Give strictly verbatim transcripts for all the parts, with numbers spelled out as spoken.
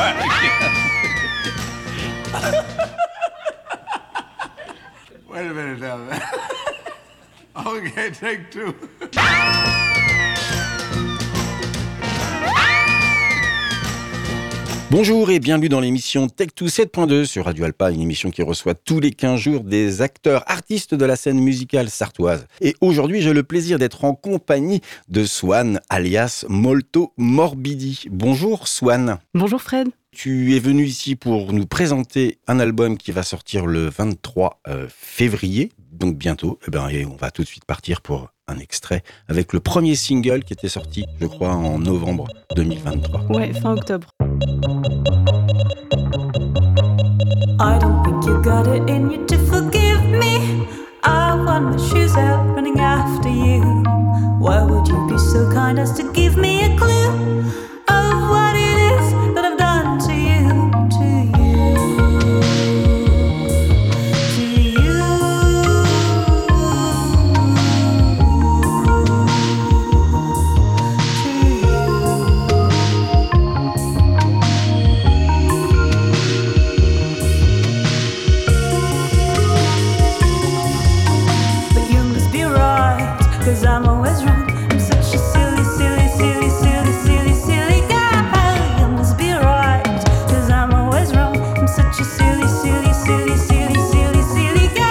Wait a minute now. Okay, take two. Bonjour et bienvenue dans l'émission Tech deux sept point deux sur Radio Alpa, une émission qui reçoit tous les quinze jours des acteurs, artistes de la scène musicale sartoise. Et aujourd'hui, j'ai le plaisir d'être en compagnie de Swan, alias Molto Morbidi. Bonjour Swan. Bonjour Fred. Tu es venu ici pour nous présenter un album qui va sortir le vingt-trois février, donc bientôt. Eh ben, et on va tout de suite partir pour un extrait avec le premier single qui était sorti, je crois, en novembre deux mille vingt-trois. Ouais, fin octobre. I don't think you got it in you to forgive me. I want my shoes out running after you. Why would you be so kind as to give me a clue of what it is that I've done to you, to you, to you, but you must be right, 'cause I'm always wrong. I'm such a silly, silly, silly, silly, silly, silly girl. You must be right, 'cause I'm always wrong. I'm such a silly, silly, silly, silly, silly, silly girl.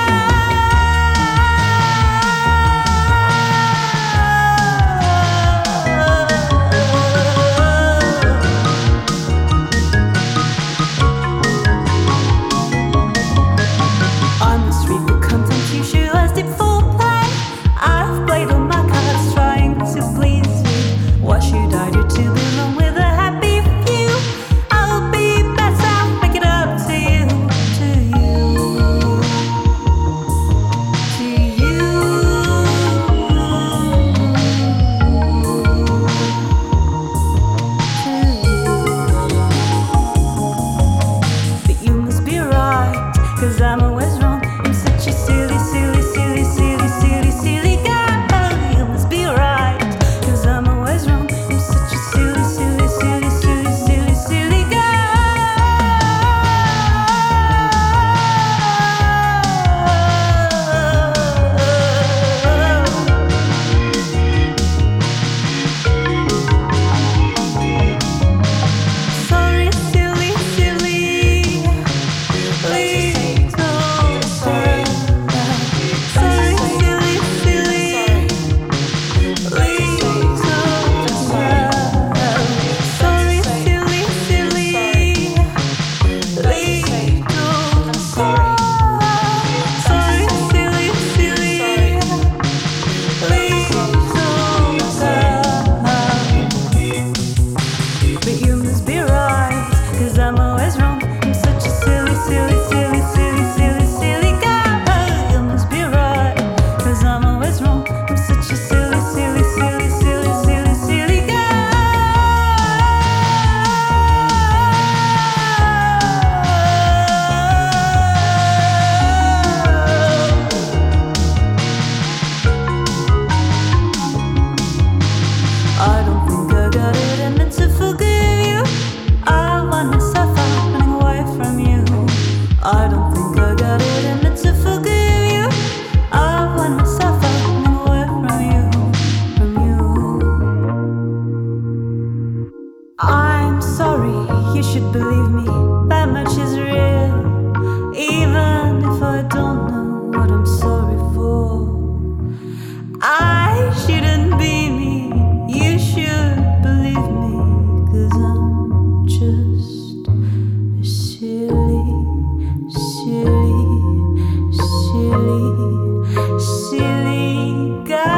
I must read the content you show as deep foreplay. I've played all my cards trying to please you. What should I do to belong with a happy few? I'll be better, make it up to you, to you, to you, to you. But you must be right, 'cause I'm always wrong. I'm such a silly, silly, silly, silly, silly, silly girl. You must be right, 'cause I'm always wrong. I'm such a silly, silly, silly, silly, silly, silly girl. Sorry, silly, silly, little girl. Sorry, silly, silly, little girl. Sorry, silly, silly, little girl. Sorry, silly, silly, little girl. But you must be right, 'cause I'm always wrong. I'm such a silly, silly, silly, silly, silly, silly girl. You must be right, 'cause I'm always wrong. I'm such a silly, silly, silly, silly, silly, silly girl. I don't think I got it in me to forgive you. I wanna suffer running away from you. I don't think I got it in me to forgive you. I wanna suffer running away from you, from you. I'm sorry, you should believe me. That much is real, even if I don't know what I'm sorry for. I shouldn't be me, you should believe me, 'cause I'm just a silly, silly, silly, silly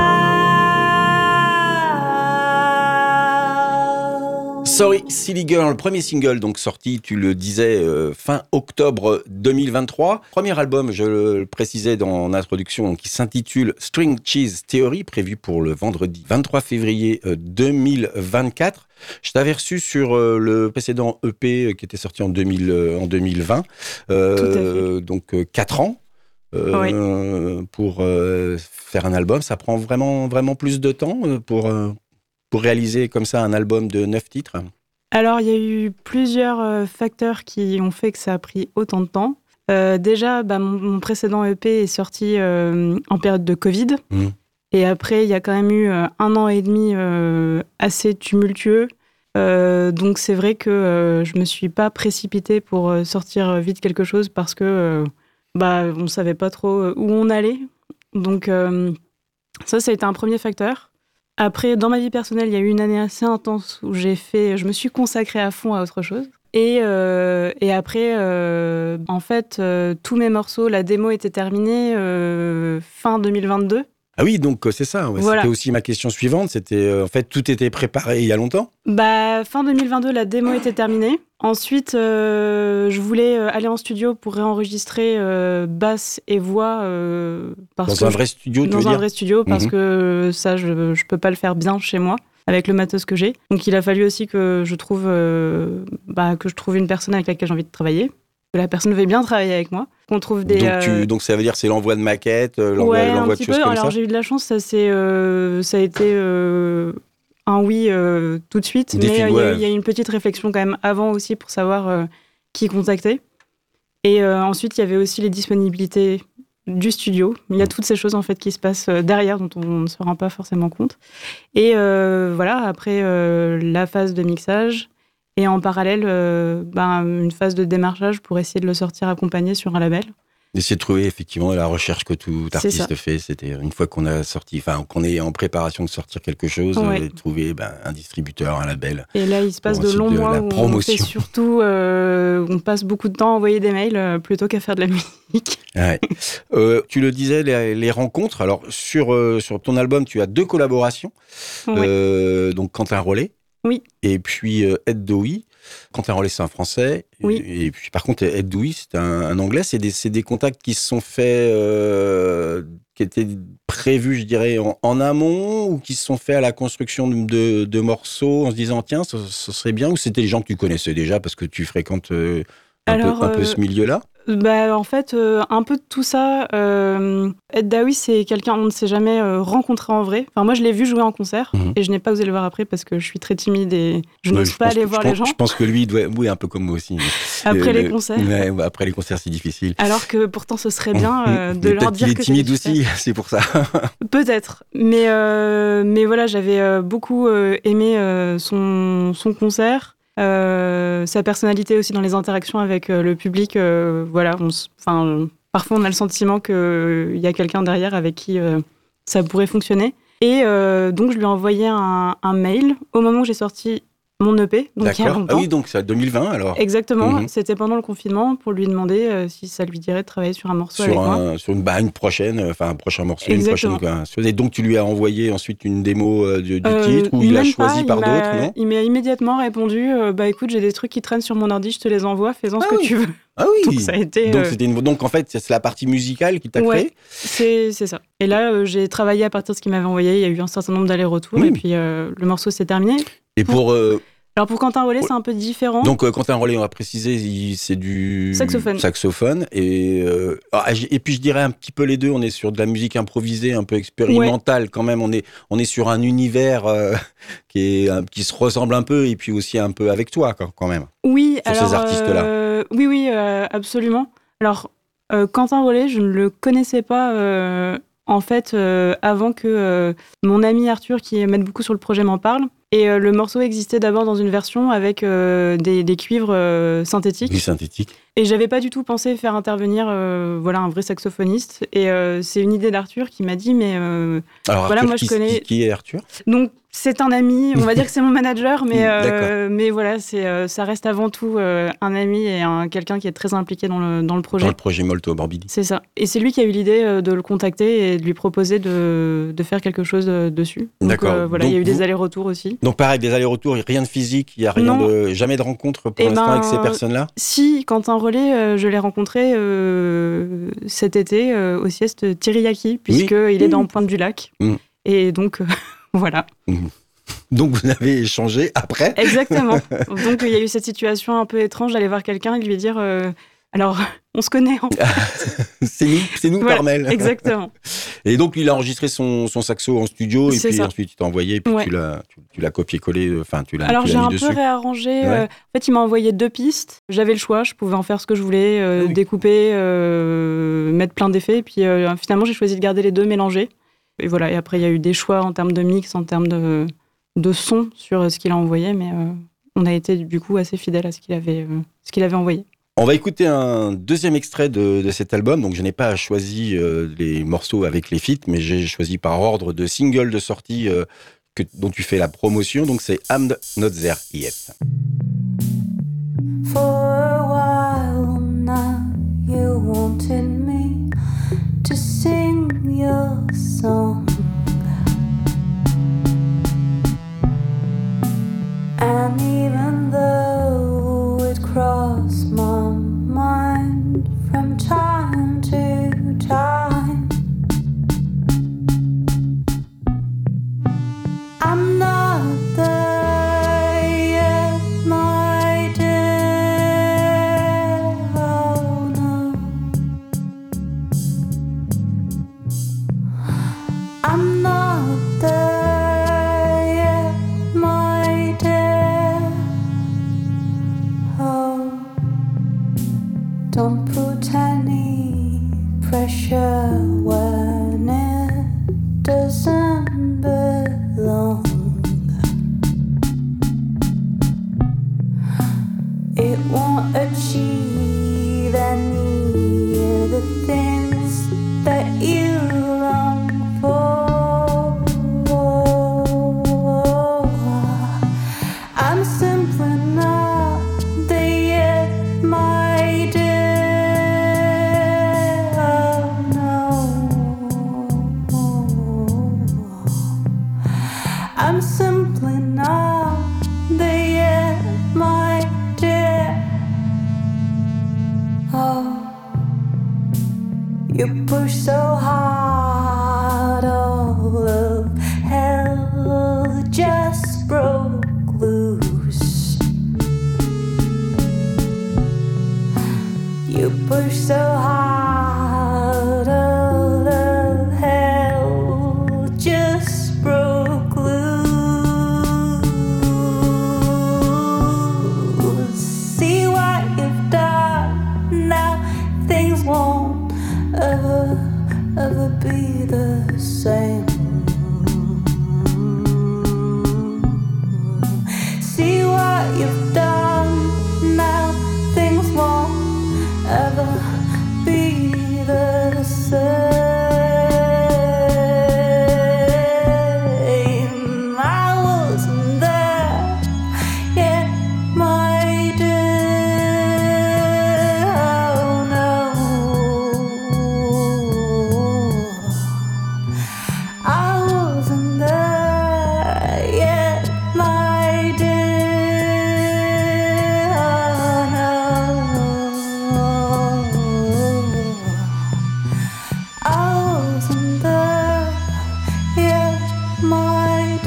girl. Sorry, Silly Girl, le premier single donc sorti, tu le disais, euh, fin octobre deux mille vingt-trois. Premier album, je le précisais dans l'introduction, qui s'intitule String Cheese Theory, prévu pour le vendredi vingt-trois février deux mille vingt-quatre. Je t'avais reçu sur euh, le précédent E P qui était sorti en, deux mille, euh, en deux mille vingt, euh, donc euh, quatre ans. Euh, oui. Pour euh, faire un album, ça prend vraiment, vraiment plus de temps pour, euh, pour réaliser comme ça un album de neuf titres. Alors, il y a eu plusieurs euh, facteurs qui ont fait que ça a pris autant de temps. Euh, déjà, bah, mon, mon précédent E P est sorti euh, en période de Covid. Mmh. Et après, il y a quand même eu euh, un an et demi euh, assez tumultueux. Euh, donc, c'est vrai que euh, je ne me suis pas précipitée pour euh, sortir vite quelque chose parce que euh, bah, on ne savait pas trop où on allait. Donc, euh, ça, ça a été un premier facteur. Après, dans ma vie personnelle, il y a eu une année assez intense où j'ai fait, je me suis consacrée à fond à autre chose. Et, euh, et après, euh, en fait, euh, tous mes morceaux, la démo était terminée euh, fin deux mille vingt-deux. Ah oui, donc euh, c'est ça. Ouais. Voilà. C'était aussi ma question suivante. C'était euh, en fait tout était préparé il y a longtemps. Bah, fin deux mille vingt-deux, la démo était terminée. Ensuite, euh, je voulais aller en studio pour réenregistrer euh, basse et voix. Euh, parce dans que un je, vrai studio, tu Dans veux un dire vrai studio, parce mm-hmm. que ça, je ne peux pas le faire bien chez moi, avec le matos que j'ai. Donc, il a fallu aussi que je trouve, euh, bah, que je trouve une personne avec laquelle j'ai envie de travailler. Que la personne veuille bien travailler avec moi. Qu'on trouve des, donc, tu, euh... donc, ça veut dire que c'est l'envoi de maquettes, l'envoi, ouais, l'envoi un de petit choses peu. comme Alors, ça. j'ai eu de la chance, ça, c'est, euh, ça a été euh, un oui euh, tout de suite. Des mais il euh, ouais. y, y a eu une petite réflexion quand même avant aussi pour savoir euh, qui contacter. Et euh, ensuite, il y avait aussi les disponibilités du studio. Il y a toutes ces choses en fait qui se passent derrière dont on ne se rend pas forcément compte. Et euh, voilà, après euh, la phase de mixage et en parallèle euh, ben, une phase de démarchage pour essayer de le sortir accompagné sur un label. D'essayer de trouver effectivement la recherche que tout artiste fait. C'était une fois qu'on a sorti, enfin qu'on est en préparation de sortir quelque chose, ouais. euh, trouver ben, un distributeur, un label. Et là, il se passe de longs de mois où promotion. on fait surtout, euh, on passe beaucoup de temps à envoyer des mails euh, plutôt qu'à faire de la musique. Ouais. euh, tu le disais, les, les rencontres. Alors sur euh, sur ton album, tu as deux collaborations. Ouais. Euh, donc Quentin Rollet. Oui. Et puis euh, Ed Douy. Quentin Rollet, c'est un Français. Oui. Et, et puis, par contre, Ed Douy, c'est un, un Anglais. C'est des, c'est des contacts qui se sont faits, euh, qui étaient prévus, je dirais, en, en amont ou qui se sont faits à la construction de, de, de morceaux en se disant, tiens, ce, ce serait bien. Ou c'était des gens que tu connaissais déjà parce que tu fréquentes euh, un, Alors, peu, un peu ce milieu-là? Bah, en fait, euh, un peu de tout ça. Euh, Ed Douy, c'est quelqu'un, on ne s'est jamais euh, rencontré en vrai. Enfin, moi, je l'ai vu jouer en concert mmh. et je n'ai pas osé le voir après parce que je suis très timide et je ouais, n'ose je pas aller que, voir les pense, gens. Je pense que lui, il doit, oui, un peu comme moi aussi. Après euh, les concerts. Ouais, après les concerts, c'est difficile. Alors que pourtant, ce serait bien euh, de mais leur dire qu'il que est timide aussi, c'est pour ça. Peut-être. Mais, euh, mais voilà, j'avais euh, beaucoup euh, aimé euh, son, son concert. Euh, sa personnalité aussi dans les interactions avec euh, le public, euh, voilà, on, euh, parfois on a le sentiment qu'il euh, y a quelqu'un derrière avec qui euh, ça pourrait fonctionner. Et euh, donc je lui ai envoyé un, un mail au moment où j'ai sorti mon E P, donc D'accord. il y a longtemps. Ah oui, donc c'est deux mille vingt alors. Exactement, mm-hmm. C'était pendant le confinement pour lui demander euh, si ça lui dirait de travailler sur un morceau sur avec un, moi. Sur une, bah, une prochaine, enfin un prochain morceau, Exactement. une prochaine. Et donc tu lui as envoyé ensuite une démo euh, du, du euh, titre ou il l'a choisi pas, par il d'autres, non? Il m'a immédiatement répondu euh, bah écoute, j'ai des trucs qui traînent sur mon ordi, je te les envoie, fais-en ah ce oui. que tu veux. Ah oui. Donc ça a été. Donc, euh... c'était une... donc en fait c'est la partie musicale qui t'a ouais, créé. C'est c'est ça. Et là euh, j'ai travaillé à partir de ce qu'il m'avait envoyé. Il y a eu un certain nombre d'allers-retours mmh. et puis euh, le morceau s'est terminé. Et pour, pour euh... Alors pour Quentin Rollet, ouais. c'est un peu différent. Donc euh, Quentin Rollet, on va préciser, il, c'est du saxophone. Saxophone et euh, et puis je dirais un petit peu les deux. On est sur de la musique improvisée, un peu expérimentale ouais. quand même. On est on est sur un univers euh, qui est qui se ressemble un peu et puis aussi un peu avec toi quand, quand même. Oui, sur alors ces artistes-là. Euh, oui, oui, euh, absolument. Alors euh, Quentin Rollet, je ne le connaissais pas. Euh, en fait, euh, avant que euh, mon ami Arthur, qui m'aide beaucoup sur le projet, m'en parle. Et euh, le morceau existait d'abord dans une version avec euh, des, des cuivres euh, synthétiques. Oui, synthétiques. Et j'avais pas du tout pensé faire intervenir euh, voilà, un vrai saxophoniste. Et euh, c'est une idée d'Arthur qui m'a dit, mais euh, Alors, voilà, Arthur, moi qui, je connais. Qui est Arthur ? Donc c'est un ami. On va dire que c'est mon manager, mais euh, mais voilà, c'est euh, ça reste avant tout euh, un ami et un, quelqu'un qui est très impliqué dans le dans le projet. Dans le projet Molto Morbidi. C'est ça. Et c'est lui qui a eu l'idée euh, de le contacter et de lui proposer de de faire quelque chose euh, dessus. Donc, D'accord. Euh, voilà, Donc, il y a eu vous... des allers-retours aussi. Donc pareil, des allers-retours, rien de physique, il y a rien non. de jamais de rencontre pour eh l'instant ben, avec ces personnes-là. Si, Quentin Rollet, euh, je l'ai rencontré euh, cet été euh, au sieste Tiriyaki, puisque oui. il est mmh. dans Pointe du Lac. Mmh. Et donc euh, voilà. Mmh. Donc vous avez échangé après. Exactement. Donc il y a eu cette situation un peu étrange d'aller voir quelqu'un et de lui dire euh, Alors, on se connaît en fait. c'est nous, c'est nous Voilà, par mail. Exactement. Et donc, il a enregistré son, son saxo en studio, et C'est puis ça. ensuite, il t'a envoyé, et puis Ouais. tu l'as, tu, tu l'as copié-collé, enfin, tu l'as, Alors tu j'ai l'as mis un dessus. peu réarrangé. Ouais. euh, en fait, il m'a envoyé deux pistes. J'avais le choix, je pouvais en faire ce que je voulais, euh, Ah oui. découper, euh, mettre plein d'effets. Et puis euh, finalement, j'ai choisi de garder les deux mélangés. Et voilà. Et après, il y a eu des choix en termes de mix, en termes de, de son sur ce qu'il a envoyé. Mais euh, on a été du coup assez fidèles à ce qu'il avait, euh, ce qu'il avait envoyé. On va écouter un deuxième extrait de, de cet album. Donc, je n'ai pas choisi euh, les morceaux avec les feats, mais j'ai choisi par ordre de single de sortie euh, que, dont tu fais la promotion. Donc, c'est I'm Not There Yet. For a while now, you wanted me to sing your song. And even though it crossed my mind from time to time, I'm not there yet, my dear. Oh no, I'm not there yet, my dear. Oh, don't put any pressure when it doesn't belong. It won't achieve any of the things that you long for. I'm simply not there yet, my dear. Oh no, I'm simply not there yet, my dear. Oh, you push so hard, all of hell just broke loose. You push so hard, all of hell just broke loose. See what you've done now, things won't ever, ever be the same. See what you've done now, things won't ever be the same. I wasn't there yet, my dear. Oh no, I wasn't there yet, my dear. Oh no, I wasn't there yet, my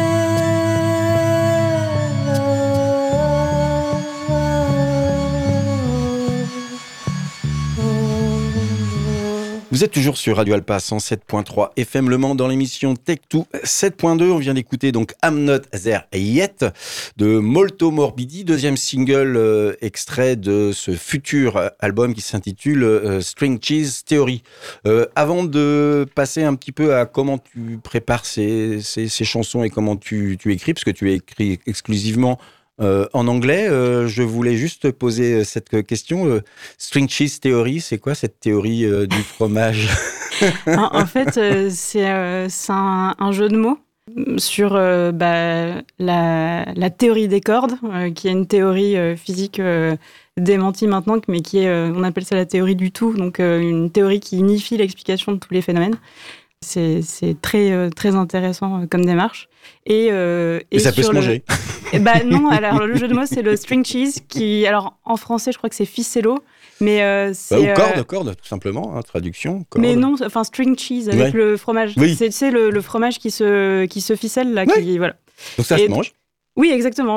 dear. Vous êtes toujours sur Radio Alpa cent sept point trois F M Le Mans dans l'émission Tech deux sept point deux. On vient d'écouter donc I'm Not There Yet de Molto Morbidi, deuxième single euh, extrait de ce futur album qui s'intitule euh, String Cheese Theory. Euh, avant de passer un petit peu à comment tu prépares ces, ces, ces chansons et comment tu, tu écris, parce que tu écris exclusivement Euh, en anglais, euh, je voulais juste te poser cette question. Euh, String Cheese Theory, c'est quoi cette théorie euh, du fromage? en, en fait, euh, c'est, euh, c'est un, un jeu de mots sur euh, bah, la, la théorie des cordes, euh, qui est une théorie euh, physique euh, démentie maintenant, mais qui est, euh, on appelle ça la théorie du tout, donc euh, une théorie qui unifie l'explication de tous les phénomènes. C'est, c'est très, euh, très intéressant euh, comme démarche. Et, euh, et, et ça peut se le... manger. Et bah non, alors le jeu de mots, c'est le string cheese, qui, alors en français, je crois que c'est ficello, mais euh, c'est... Bah, ou corde, euh... corde, tout simplement, hein, traduction. Corde. Mais non, enfin string cheese avec Ouais. le fromage. Oui. C'est, tu sais, le, le fromage qui se, qui se ficelle, là, Ouais. qui, voilà. Donc ça et... se mange. Oui, exactement, oui, oui.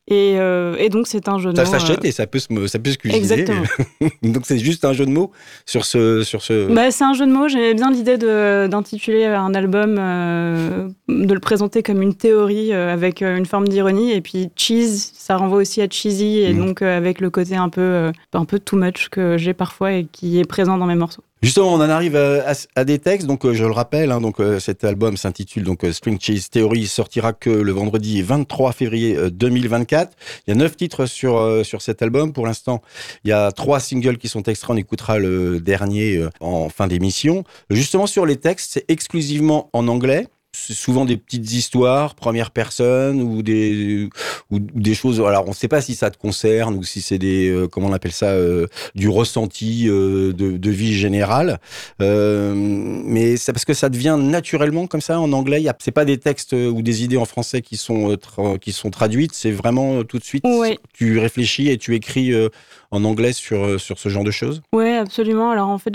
Et, euh, et donc, c'est un jeu de ça mots. Ça s'achète euh... et ça peut se, ça peut se cuisiner. Exactement. Donc, c'est juste un jeu de mots sur ce... Sur ce... Bah, c'est un jeu de mots. J'aimais bien l'idée de, d'intituler un album, euh, de le présenter comme une théorie euh, avec une forme d'ironie. Et puis, cheese, ça renvoie aussi à cheesy. Et mmh. donc, euh, avec le côté un peu, euh, un peu too much que j'ai parfois et qui est présent dans mes morceaux. Justement, on en arrive à, à, à des textes. Donc, euh, je le rappelle, hein, donc euh, cet album s'intitule donc euh, String Cheese Theory. Il sortira que le vendredi vingt-trois février euh, deux mille vingt-quatre. Il y a neuf titres sur euh, sur cet album. Pour l'instant, il y a trois singles qui sont extraits. On écoutera le dernier euh, en fin d'émission. Justement, sur les textes, c'est exclusivement en anglais. C'est souvent des petites histoires, première personne, ou des, ou des choses. Alors, on ne sait pas si ça te concerne ou si c'est des, euh, comment on appelle ça, euh, du ressenti euh, de, de vie générale. Euh, mais c'est parce que ça devient naturellement comme ça en anglais. Y a, c'est pas des textes ou des idées en français qui sont, tra- qui sont traduites. C'est vraiment tout de suite, ouais. tu réfléchis et tu écris euh, en anglais sur, sur ce genre de choses. Oui, absolument. Alors, en fait,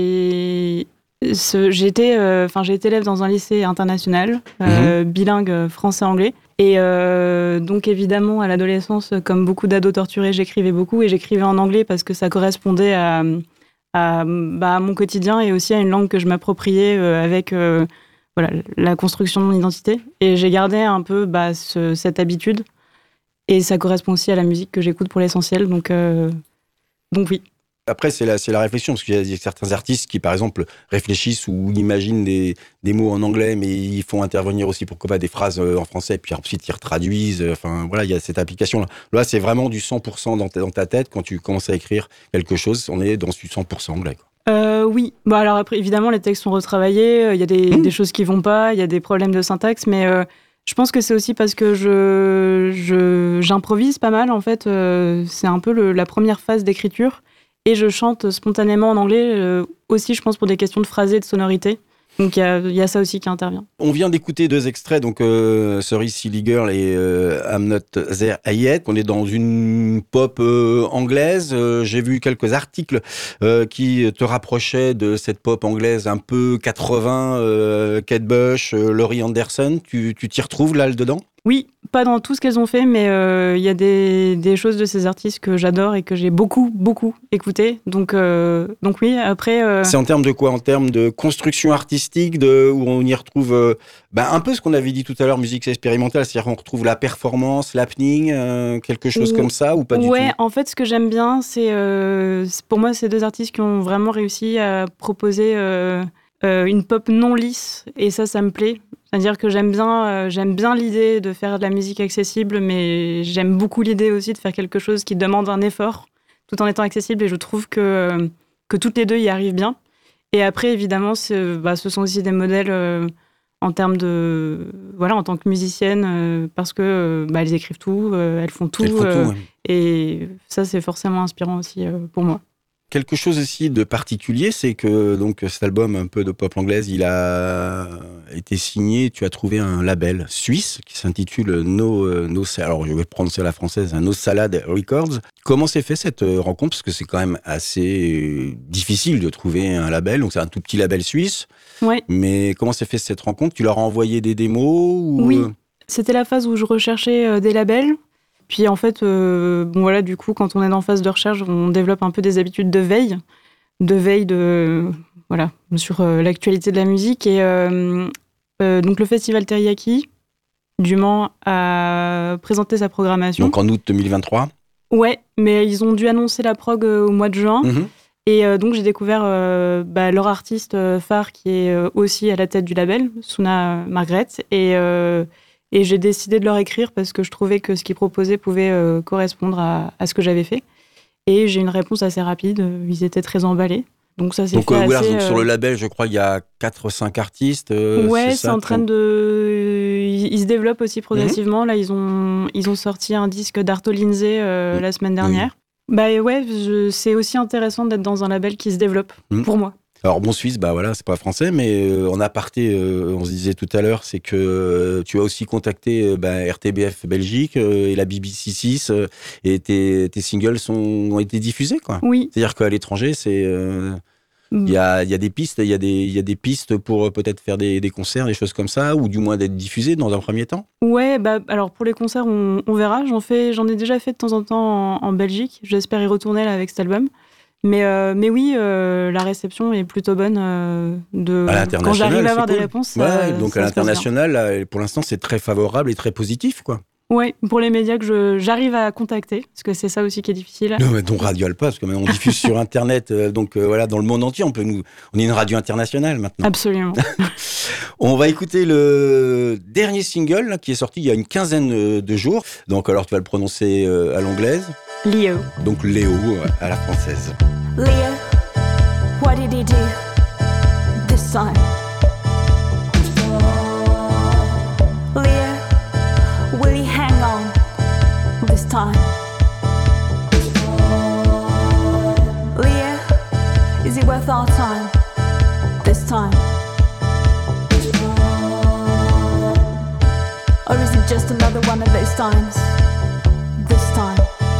j'ai. Ce, j'ai, été, euh, j'ai été élève dans un lycée international, euh, mmh. bilingue français-anglais. Et euh, donc, évidemment, à l'adolescence, comme beaucoup d'ados torturés, j'écrivais beaucoup. Et j'écrivais en anglais parce que ça correspondait à, à, bah, à mon quotidien et aussi à une langue que je m'appropriais euh, avec euh, voilà, la construction de mon identité. Et j'ai gardé un peu bah, ce, cette habitude. Et ça correspond aussi à la musique que j'écoute pour l'essentiel. Donc, euh, donc oui. Après, c'est la, c'est la réflexion, parce qu'il y a certains artistes qui, par exemple, réfléchissent ou imaginent des, des mots en anglais, mais ils font intervenir aussi, pourquoi pas, des phrases en français, puis ensuite ils retraduisent. Enfin, voilà, il y a cette application-là. Là, c'est vraiment du cent pour cent dans ta, dans ta tête. Quand tu commences à écrire quelque chose, on est dans du cent pour cent anglais, quoi. Euh, oui. Bah, alors après, évidemment, les textes sont retravaillés. Il y a des, mmh. des choses qui vont pas, il y a des problèmes de syntaxe, mais euh, je pense que c'est aussi parce que je, je, j'improvise pas mal, en fait. Euh, c'est un peu le, la première phase d'écriture. Et je chante spontanément en anglais, euh, aussi, je pense, pour des questions de phrasé, de sonorité. Donc, il y a, y a ça aussi qui intervient. On vient d'écouter deux extraits, donc euh, Sorry Silly Girl et euh, I'm Not There Yet. On est dans une pop euh, anglaise. Euh, j'ai vu quelques articles euh, qui te rapprochaient de cette pop anglaise un peu quatre-vingts, euh, Kate Bush, euh, Laurie Anderson. Tu, tu t'y retrouves là-dedans ? Oui, pas dans tout ce qu'elles ont fait, mais il euh, y a des, des choses de ces artistes que j'adore et que j'ai beaucoup, beaucoup écouté. Donc, euh, donc oui, après... Euh... C'est en termes de quoi ? En termes de construction artistique, de, où on y retrouve euh, ben, un peu ce qu'on avait dit tout à l'heure, musique expérimentale, c'est-à-dire qu'on retrouve la performance, l'happening, euh, quelque chose ou... comme ça, ou pas du ouais, tout ? Ouais, en fait, ce que j'aime bien, c'est... Euh, pour moi, c'est deux artistes qui ont vraiment réussi à proposer euh, euh, une pop non lisse, et ça, ça me plaît. C'est-à-dire que j'aime bien, euh, j'aime bien l'idée de faire de la musique accessible, mais j'aime beaucoup l'idée aussi de faire quelque chose qui demande un effort, tout en étant accessible, et je trouve que, que toutes les deux y arrivent bien. Et après, évidemment, bah, ce sont aussi des modèles euh, en termes de... Voilà, en tant que musicienne, euh, parce que bah, elles écrivent tout, euh, elles font tout, elles font euh, tout ouais. Et ça, c'est forcément inspirant aussi euh, pour moi. Quelque chose aussi de particulier, c'est que donc cet album un peu de pop anglaise, il a été signé, tu as trouvé un label suisse qui s'intitule No, no alors je vais prononcer à la française, No Salad Records. Comment s'est fait cette rencontre ? Parce que c'est quand même assez difficile de trouver un label, donc c'est un tout petit label suisse. Ouais. Mais comment s'est fait cette rencontre ? Tu leur as envoyé des démos ou... Oui, c'était la phase où je recherchais des labels. Puis en fait, euh, bon voilà, du coup, quand on est en phase de recherche, on développe un peu des habitudes de veille, de veille de voilà sur euh, l'actualité de la musique. Et euh, euh, donc le festival Teriyaki du Mans a présenté sa programmation. Donc en août deux mille vingt-trois. Ouais, mais ils ont dû annoncer la prog euh, au mois de juin. Mmh. Et euh, donc j'ai découvert euh, bah, leur artiste euh, phare qui est euh, aussi à la tête du label, Suna Margaret, et euh, Et j'ai décidé de leur écrire parce que je trouvais que ce qu'ils proposaient pouvait euh, correspondre à, à ce que j'avais fait. Et j'ai une réponse assez rapide. Ils étaient très emballés. Donc ça s'est donc, fait euh, assez... Voilà, donc euh... sur le label, je crois qu'il y a quatre ou cinq artistes. Euh, ouais, c'est, c'est ça, en train de... Ils, ils se développent aussi progressivement. Mm-hmm. Là, ils ont, ils ont sorti un disque d'Arto Lindsay euh, mm-hmm. la semaine dernière. Oui. Bah ouais, je... c'est aussi intéressant d'être dans un label qui se développe, mm-hmm. pour moi. Alors bon, Suisse, bah voilà, c'est pas français, mais euh, en aparté, euh, on se disait tout à l'heure, c'est que euh, tu as aussi contacté euh, bah, R T B F Belgique euh, et la B B C six, euh, et tes, tes singles sont, ont été diffusés, quoi. Oui. C'est-à-dire qu'à l'étranger, c'est... Euh, Il y a, il y a des pistes, il y a des, il y a des pistes pour peut-être faire des, des concerts, des choses comme ça, ou du moins d'être diffusés dans un premier temps. Ouais, bah alors pour les concerts, on, on verra. J'en fais, j'en ai déjà fait de temps en temps en, en Belgique. J'espère y retourner là avec cet album. Mais, euh, mais oui, euh, la réception est plutôt bonne. Euh, de, à l'international, quand j'arrive à avoir cool. des réponses. Ouais, ça, donc ça à se passe l'international, là, pour l'instant, c'est très favorable et très positif, quoi. Ouais, pour les médias que je, j'arrive à contacter, parce que c'est ça aussi qui est difficile. Non, mais donc Radio Alpa, parce que maintenant on diffuse sur Internet, euh, donc euh, voilà, dans le monde entier, on peut nous, on est une radio internationale maintenant. Absolument. On va écouter le dernier single là, qui est sorti il y a une quinzaine de jours. Donc alors tu vas le prononcer euh, à l'anglaise. Léo. Donc Léo euh, à la française. Leo, what did he do this time? Leo, will he hang on this time? Leo, is it worth our time this time? Or is it just another one of those times this time?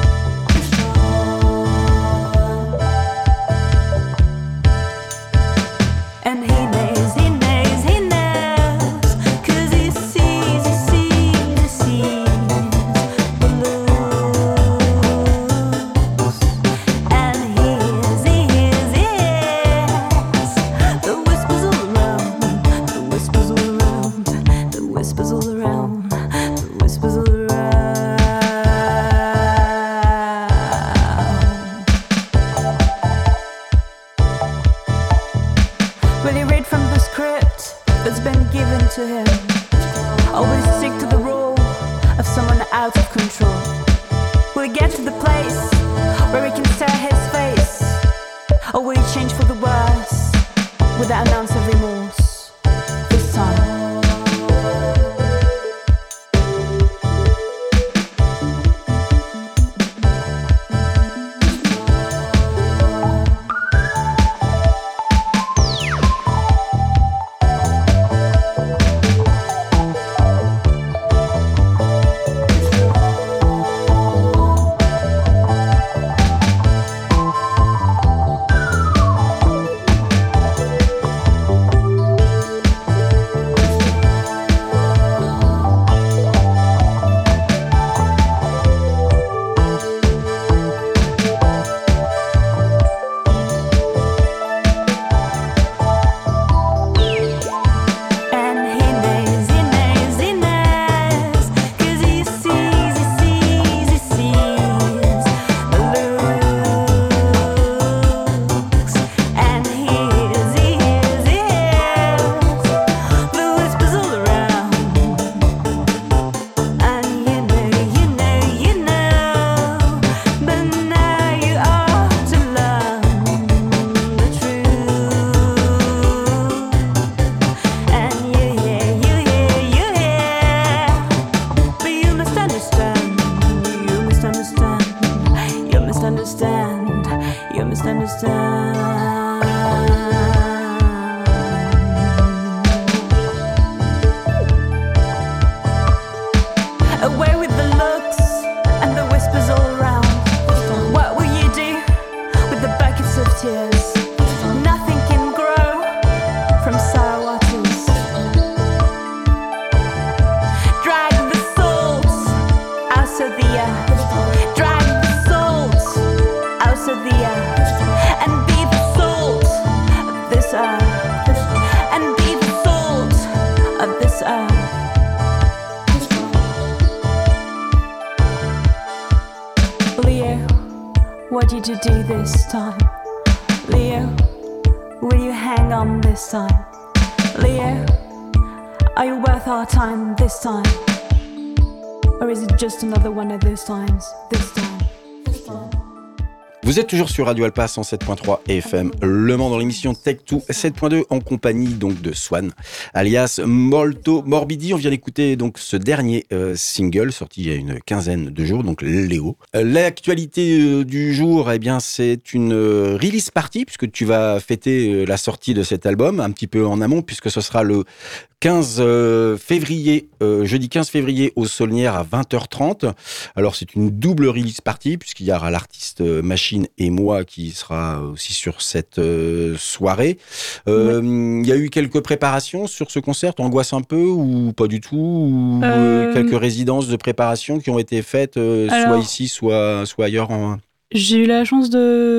And he knows, he knows, he knows, 'cause he sees, he sees, he sees the looks. And he hears, he hears, he hears the whispers all around, the whispers all around, the whispers all around, the whispers all around. Will he read from the script that's been given to him? Or will he stick to the role of someone out of control? Will he get to the place where he can stare his face? Or will he change for the worse without an ounce of remorse this time? And he knows, he knows, he knows, 'cause he sees, he sees, he sees the looks. And he hears, he hears, he hears the whispers all around. And you know, you know, you know, but now you ought to learn the truth. And you hear, you hear, you hear, but you must understand, you must understand, you must understand, you must understand. Away with the looks and the whispers all around. What will you do with the buckets of tears? Nothing can grow from sour waters. Drag the salt out of the earth. Drag the salt out of the earth. And be the salt of this earth. And be the salt of this earth. Leo, what did you do this time? Leo, will you hang on this time? Leo, are you worth our time this time? Or is it just another one of those times this time? This time. Vous êtes toujours sur Radio Alpa cent sept point trois F M Le Mans dans l'émission Tech deux sept point deux en compagnie donc de Swan, alias Molto Morbidi. On vient d'écouter donc ce dernier euh, single sorti il y a une quinzaine de jours, donc Léo. Euh, l'actualité euh, du jour, eh bien c'est une euh, release party puisque tu vas fêter euh, la sortie de cet album un petit peu en amont puisque ce sera le quinze février, euh, jeudi quinze février au Saulnières à vingt heures trente. Alors c'est une double release party puisqu'il y aura l'artiste euh, Machine Machine et moi qui sera aussi sur cette euh, soirée. Il euh, ouais. y a eu quelques préparations sur ce concert, t'angoisses un peu ou pas du tout ou euh... quelques résidences de préparation qui ont été faites euh, Alors, soit ici, soit, soit ailleurs en... J'ai eu la chance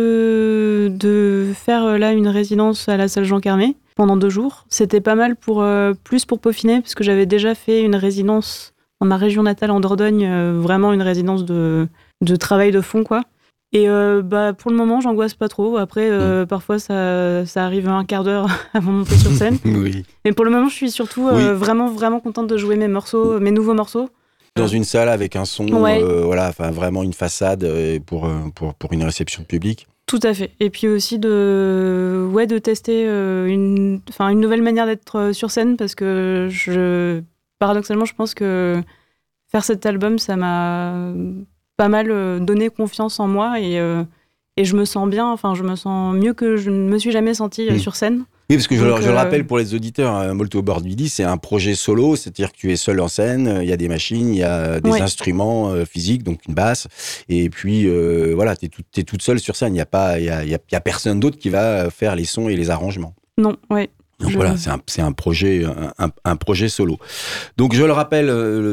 de, de faire là une résidence à la salle Jean Carmé pendant deux jours. C'était pas mal pour, euh, plus pour peaufiner parce que j'avais déjà fait une résidence dans ma région natale en Dordogne, euh, vraiment une résidence de, de travail de fond, quoi. Et euh, bah, pour le moment, j'angoisse pas trop. Après, euh, mmh. parfois, ça, ça arrive un quart d'heure avant de monter sur scène. Oui. Mais pour le moment, je suis surtout euh, oui. vraiment, vraiment contente de jouer mes morceaux, mes nouveaux morceaux. Dans une salle avec un son, ouais. euh, voilà, enfin vraiment une façade pour, pour, pour une réception publique. Tout à fait. Et puis aussi de, ouais, de tester euh, une, enfin, une nouvelle manière d'être sur scène parce que je, paradoxalement, je pense que faire cet album, ça m'a pas mal donné confiance en moi et, euh, et je me sens bien, enfin, je me sens mieux que je ne me suis jamais sentie mmh. sur scène. Oui, parce que Donc, je, je euh... le rappelle pour les auditeurs, Molto Board Midi, c'est un projet solo, c'est-à-dire que tu es seul en scène, il y a des machines, il y a des ouais. instruments euh, physiques, donc une basse, et puis euh, voilà, tu es, tout, t'es toute seule sur scène, il n'y a, pas, il y a, il y a, il y a personne d'autre qui va faire les sons et les arrangements. Non, ouais. Donc je... voilà, c'est un, c'est un projet, un, un, un projet solo. Donc je le rappelle,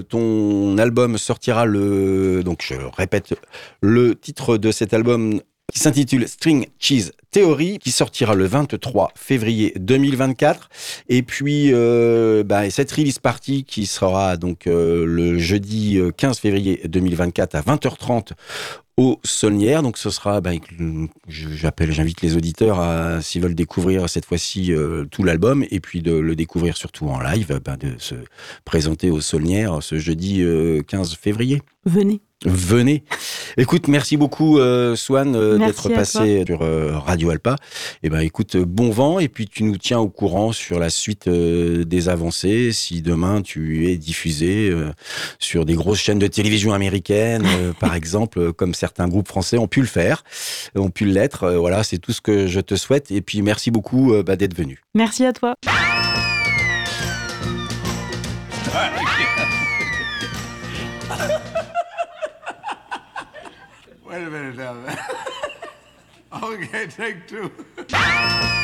ton album sortira le, donc je répète, le titre de cet album qui s'intitule String Cheese Theory, qui sortira le vingt-trois février deux mille vingt-quatre. Et puis, euh, bah, cette release party qui sera donc euh, le jeudi quinze février deux mille vingt-quatre à vingt heures trente au Saulnières. Donc ce sera, bah, j'appelle, j'invite les auditeurs à, s'ils veulent découvrir cette fois-ci euh, tout l'album et puis de le découvrir surtout en live, bah, de se présenter au Saulnières ce jeudi euh, quinze février. Venez. Venez. Écoute, merci beaucoup euh, Swan euh, d'être passé sur euh, Radio Alpa. Et ben écoute, bon vent et puis tu nous tiens au courant sur la suite euh, des avancées. Si demain tu es diffusé euh, sur des grosses chaînes de télévision américaines, euh, par exemple, comme certains groupes français ont pu le faire, ont pu l'être. Euh, voilà, c'est tout ce que je te souhaite. Et puis merci beaucoup euh, bah, d'être venu. Merci à toi. Wait a minute now. Okay, take two.